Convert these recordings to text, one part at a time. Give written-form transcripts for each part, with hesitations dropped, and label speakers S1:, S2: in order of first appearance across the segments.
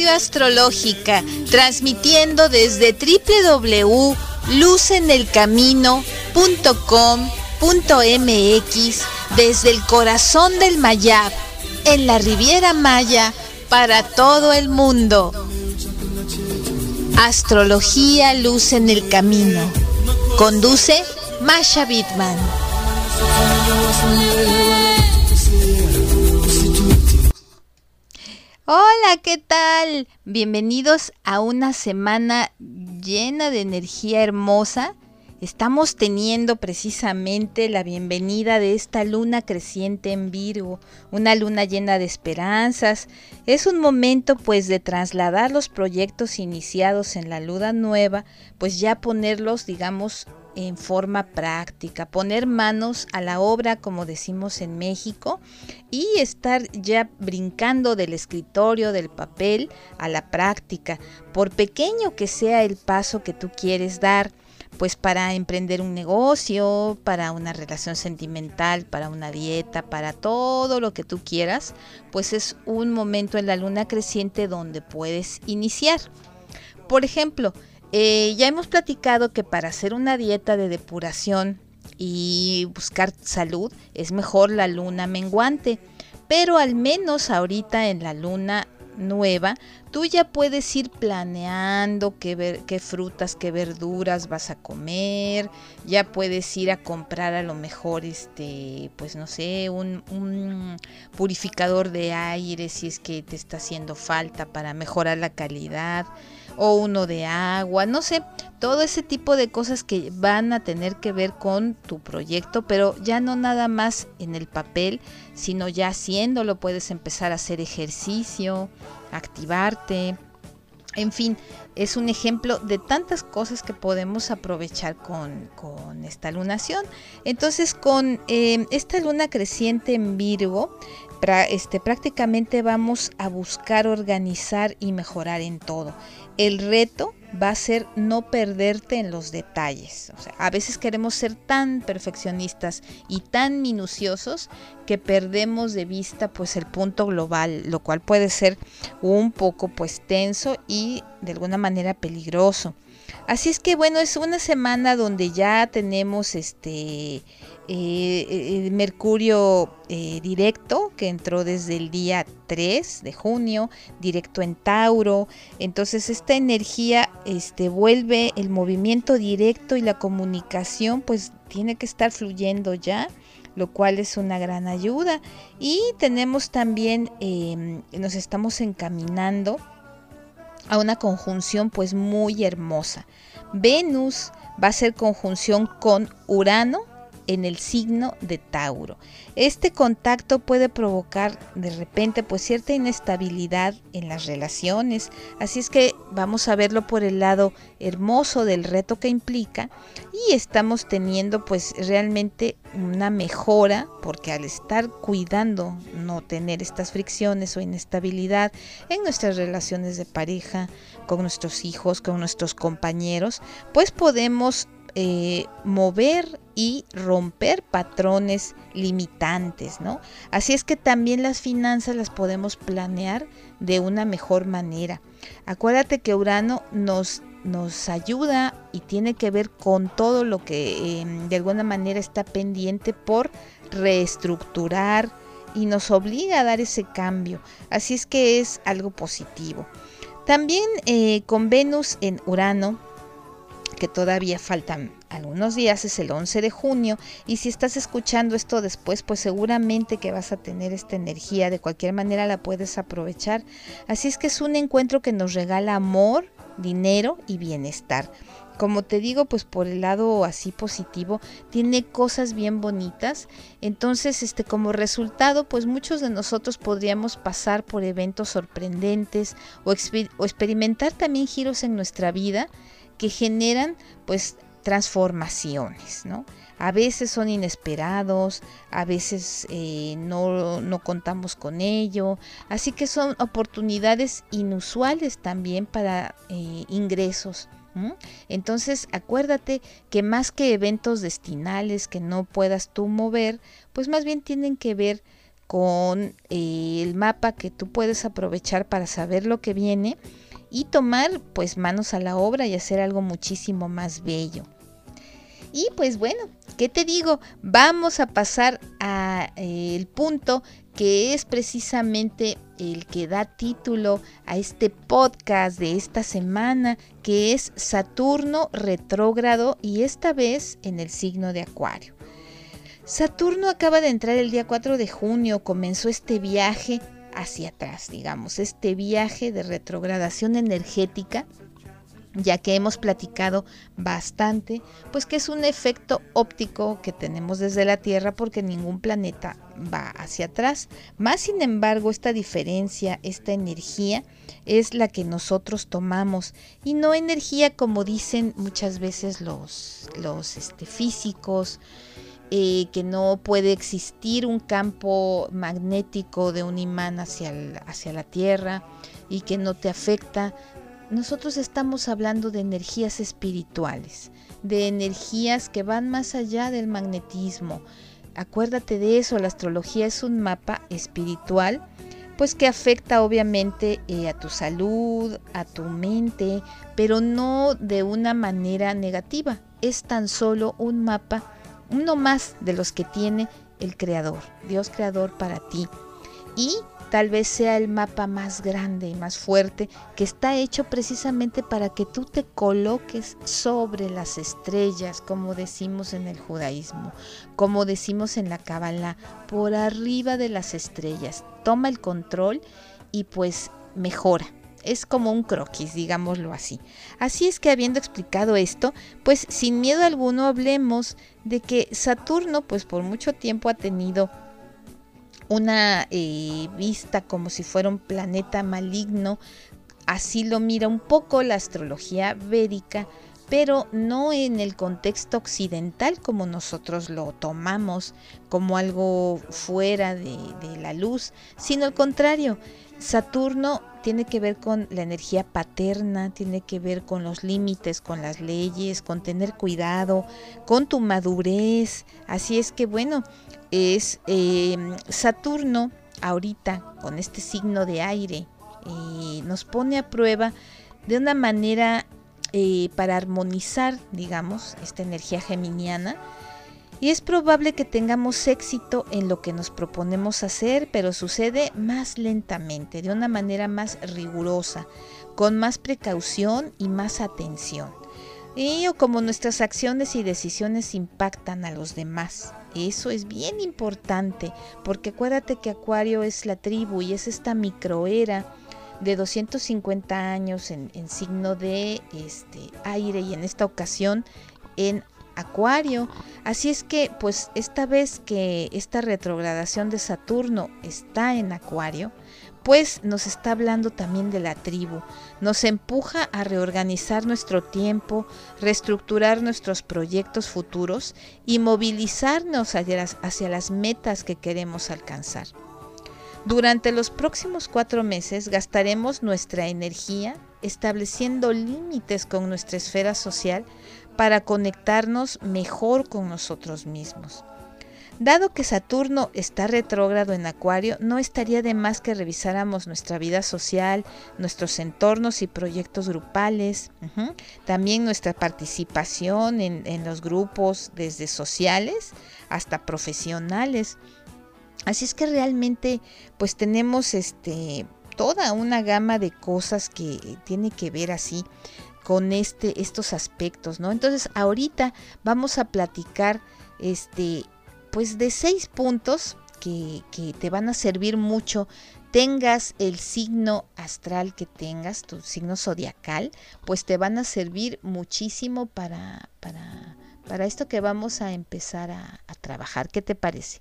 S1: Radio Astrológica, transmitiendo desde www.luzenelcamino.com.mx desde el corazón del Mayab, en la Riviera Maya, para todo el mundo. Astrología Luz en el Camino. Conduce Masha Bitman. Hola, ¿qué tal? Bienvenidos a una semana llena de energía hermosa. Estamos teniendo precisamente la bienvenida de esta luna creciente en Virgo, una luna llena de esperanzas. Es un momento pues de trasladar los proyectos iniciados en la luna nueva, pues ya ponerlos, digamos, en forma práctica, poner manos a la obra, como decimos en México, y estar ya brincando del escritorio, del papel, a la práctica, por pequeño que sea el paso que tú quieres dar, pues para emprender un negocio, para una relación sentimental, para una dieta, para todo lo que tú quieras, pues es un momento en la luna creciente donde puedes iniciar. Por ejemplo, ya hemos platicado que para hacer una dieta de depuración y buscar salud es mejor la luna menguante, pero al menos ahorita en la luna nueva tú ya puedes ir planeando qué frutas, qué verduras vas a comer, ya puedes ir a comprar a lo mejor pues no sé, un purificador de aire si es que te está haciendo falta para mejorar la calidad, o uno de agua, no sé, todo ese tipo de cosas que van a tener que ver con tu proyecto, pero ya no nada más en el papel, sino ya haciéndolo. Puedes empezar a hacer ejercicio, activarte, en fin, es un ejemplo de tantas cosas que podemos aprovechar con esta lunación. Entonces, con esta luna creciente en Virgo, prácticamente vamos a buscar organizar y mejorar en todo. El reto va a ser no perderte en los detalles. O sea, a veces queremos ser tan perfeccionistas y tan minuciosos que perdemos de vista pues el punto global, lo cual puede ser un poco pues tenso y de alguna manera peligroso. Así es que bueno, es una semana donde ya tenemos Mercurio directo, que entró desde el día 3 de junio, directo en Tauro. Entonces esta energía vuelve el movimiento directo, y la comunicación pues tiene que estar fluyendo ya, lo cual es una gran ayuda. Y tenemos también, nos estamos encaminando a una conjunción pues muy hermosa. Venus va a hacer conjunción con Urano en el signo de Tauro. Este contacto puede provocar de repente pues cierta inestabilidad en las relaciones, así es que vamos a verlo por el lado hermoso del reto que implica, y estamos teniendo pues realmente una mejora, porque al estar cuidando no tener estas fricciones o inestabilidad en nuestras relaciones de pareja, con nuestros hijos, con nuestros compañeros, pues podemos mover y romper patrones limitantes, ¿no? Así es que también las finanzas las podemos planear de una mejor manera. Acuérdate que Urano nos ayuda y tiene que ver con todo lo que de alguna manera está pendiente por reestructurar, y nos obliga a dar ese cambio. Así es que es algo positivo. También con Venus en Urano, que todavía faltan algunos días, es el 11 de junio, y si estás escuchando esto después, pues seguramente que vas a tener esta energía. De cualquier manera la puedes aprovechar. Así es que es un encuentro que nos regala amor, dinero y bienestar. Como te digo, pues por el lado así positivo, tiene cosas bien bonitas. Entonces, como resultado, pues muchos de nosotros podríamos pasar por eventos sorprendentes o experimentar también giros en nuestra vida que generan pues transformaciones, ¿no? A veces son inesperados, a veces no contamos con ello, así que son oportunidades inusuales también para ingresos. Entonces acuérdate que más que eventos destinales que no puedas tú mover, pues más bien tienen que ver con el mapa que tú puedes aprovechar para saber lo que viene y tomar pues manos a la obra y hacer algo muchísimo más bello. Y pues bueno, ¿qué te digo? Vamos a pasar a el punto que es precisamente el que da título a este podcast de esta semana, que es Saturno retrógrado y esta vez en el signo de Acuario. Saturno acaba de entrar el día 4 de junio, comenzó este viaje hacia atrás, digamos, este viaje de retrogradación energética, ya que hemos platicado bastante, pues que es un efecto óptico que tenemos desde la Tierra porque ningún planeta va hacia atrás. Más sin embargo, esta diferencia, esta energía es la que nosotros tomamos y no energía como dicen muchas veces los físicos, que no puede existir un campo magnético de un imán hacia la Tierra y que no te afecta. Nosotros estamos hablando de energías espirituales, de energías que van más allá del magnetismo. Acuérdate de eso, la astrología es un mapa espiritual, pues que afecta obviamente a tu salud, a tu mente, pero no de una manera negativa. Es tan solo un mapa, uno más de los que tiene el Creador, Dios Creador para ti. Y tal vez sea el mapa más grande y más fuerte que está hecho precisamente para que tú te coloques sobre las estrellas, como decimos en el judaísmo, como decimos en la Kabbalah, por arriba de las estrellas. Toma el control y pues mejora. Es como un croquis, digámoslo así. Así es que habiendo explicado esto, pues sin miedo alguno hablemos de que Saturno pues por mucho tiempo ha tenido una vista como si fuera un planeta maligno. Así lo mira un poco la astrología védica, pero no en el contexto occidental como nosotros lo tomamos como algo fuera de la luz, sino al contrario. Saturno tiene que ver con la energía paterna, tiene que ver con los límites, con las leyes, con tener cuidado, con tu madurez. Así es que bueno, es Saturno ahorita con este signo de aire nos pone a prueba de una manera para armonizar, digamos, esta energía geminiana. Y es probable que tengamos éxito en lo que nos proponemos hacer, pero sucede más lentamente, de una manera más rigurosa, con más precaución y más atención. Y como nuestras acciones y decisiones impactan a los demás. Eso es bien importante, porque acuérdate que Acuario es la tribu y es esta microera de 250 años en signo de aire y en esta ocasión en Acuario. Así es que pues esta vez que esta retrogradación de Saturno está en Acuario, pues nos está hablando también de la tribu, nos empuja a reorganizar nuestro tiempo, reestructurar nuestros proyectos futuros y movilizarnos hacia las metas que queremos alcanzar. Durante los próximos 4 meses gastaremos nuestra energía estableciendo límites con nuestra esfera social para conectarnos mejor con nosotros mismos. Dado que Saturno está retrógrado en Acuario, no estaría de más que revisáramos nuestra vida social, nuestros entornos y proyectos grupales, también nuestra participación en los grupos desde sociales hasta profesionales. Así es que realmente pues tenemos toda una gama de cosas que tiene que ver así con estos aspectos, ¿no? Entonces ahorita vamos a platicar pues de 6 puntos que te van a servir mucho, tengas el signo astral que tengas, tu signo zodiacal, pues te van a servir muchísimo para esto que vamos a empezar a trabajar. ¿Qué te parece?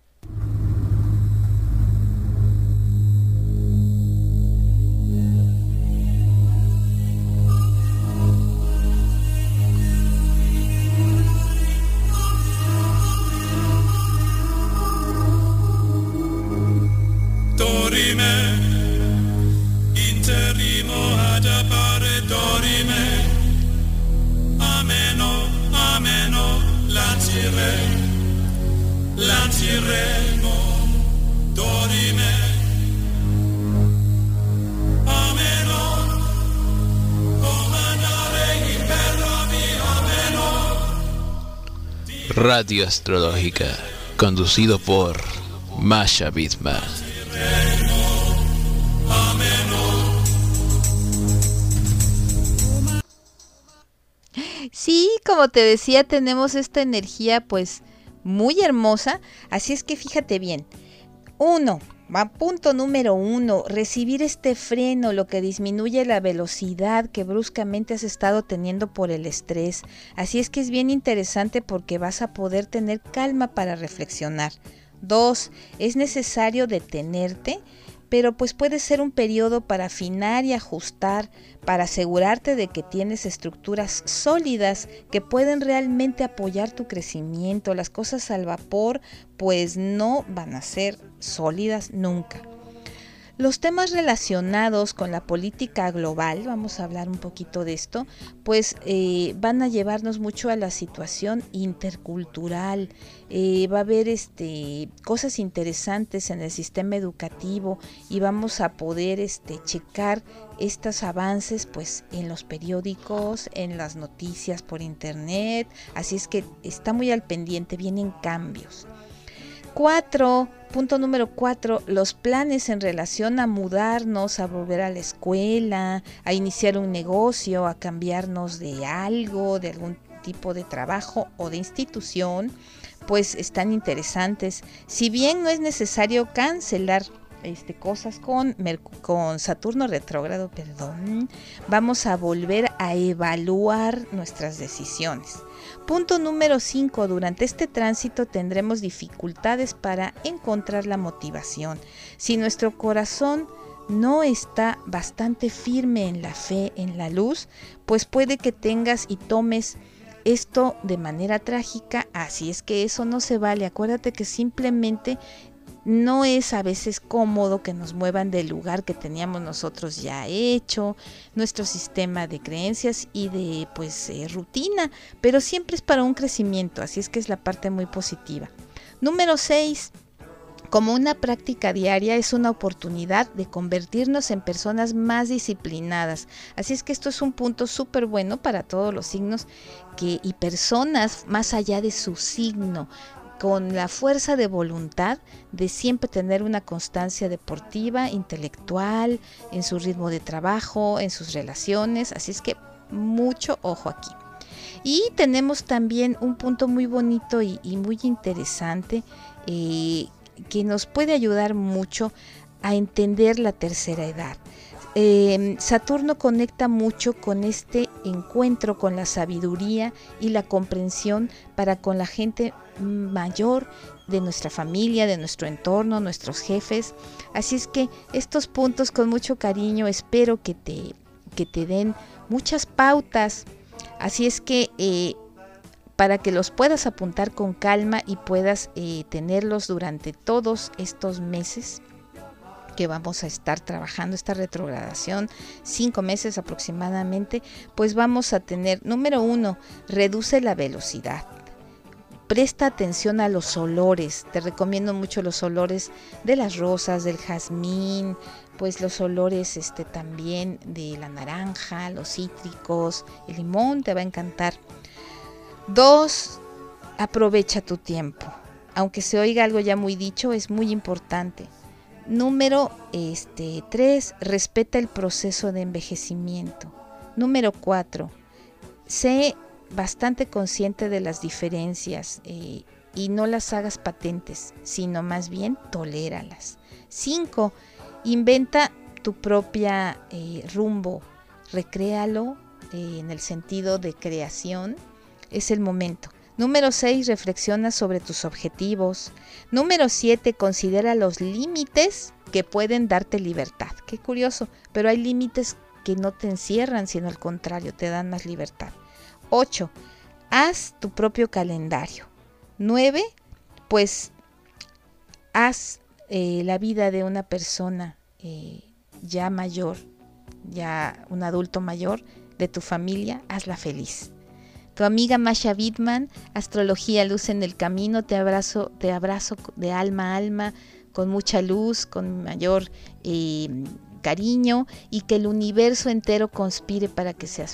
S2: Dorime, interrimo ad appare dorime, ameno, latiremo, dorime, ameno, comandare impero mi ameno.
S3: Radio Astrológica, conducido por Masha Bidman.
S1: Sí, como te decía, tenemos esta energía pues muy hermosa, así es que fíjate bien. Punto número 1, recibir este freno, lo que disminuye la velocidad que bruscamente has estado teniendo por el estrés. Así es que es bien interesante porque vas a poder tener calma para reflexionar. 2, es necesario detenerte, pero pues puede ser un periodo para afinar y ajustar, para asegurarte de que tienes estructuras sólidas que pueden realmente apoyar tu crecimiento. Las cosas al vapor pues no van a ser sólidas nunca. Los temas relacionados con la política global, vamos a hablar un poquito de esto, pues van a llevarnos mucho a la situación intercultural. Va a haber cosas interesantes en el sistema educativo y vamos a poder checar estos avances pues en los periódicos, en las noticias por internet, así es que está muy al pendiente, vienen cambios. Punto número 4, los planes en relación a mudarnos, a volver a la escuela, a iniciar un negocio, a cambiarnos de algo, de algún tipo de trabajo o de institución, pues están interesantes. Si bien no es necesario cancelar cosas con Saturno retrógrado, vamos a volver a evaluar nuestras decisiones. Punto número 5, durante este tránsito tendremos dificultades para encontrar la motivación. Si nuestro corazón no está bastante firme en la fe, en la luz, pues puede que tengas y tomes esto de manera trágica, así es que eso no se vale. Acuérdate que simplemente no es a veces cómodo que nos muevan del lugar que teníamos nosotros ya hecho, nuestro sistema de creencias y de rutina, pero siempre es para un crecimiento, así es que es la parte muy positiva. Número 6. Como una práctica diaria es una oportunidad de convertirnos en personas más disciplinadas. Así es que esto es un punto súper bueno para todos los signos y personas más allá de su signo, con la fuerza de voluntad de siempre tener una constancia deportiva, intelectual, en su ritmo de trabajo, en sus relaciones. Así es que mucho ojo aquí. Y tenemos también un punto muy bonito y muy interesante que nos puede ayudar mucho a entender la tercera edad. Saturno conecta mucho con este encuentro con la sabiduría y la comprensión para con la gente mayor de nuestra familia, de nuestro entorno, nuestros jefes. Así es que estos puntos con mucho cariño espero que te den muchas pautas. Así es que para que los puedas apuntar con calma y puedas tenerlos durante todos estos meses que vamos a estar trabajando esta retrogradación, 5 meses aproximadamente, pues vamos a tener, número 1, reduce la velocidad. Presta atención a los olores, te recomiendo mucho los olores de las rosas, del jazmín, pues los olores también de la naranja, los cítricos, el limón te va a encantar. 2, aprovecha tu tiempo. Aunque se oiga algo ya muy dicho, es muy importante. Número 3, respeta el proceso de envejecimiento. Número 4, sé bastante consciente de las diferencias y no las hagas patentes, sino más bien toléralas. 5, inventa tu propia rumbo, recréalo en el sentido de creación, es el momento. Número 6, reflexiona sobre tus objetivos. Número 7, considera los límites que pueden darte libertad. Qué curioso, pero hay límites que no te encierran, sino al contrario, te dan más libertad. 8, haz tu propio calendario. 9, pues haz la vida de una persona ya mayor, ya un adulto mayor de tu familia, hazla feliz. Tu amiga Masha Bidman, Astrología Luz en el Camino, te abrazo de alma a alma, con mucha luz, con mayor cariño, y que el universo entero conspire para que seas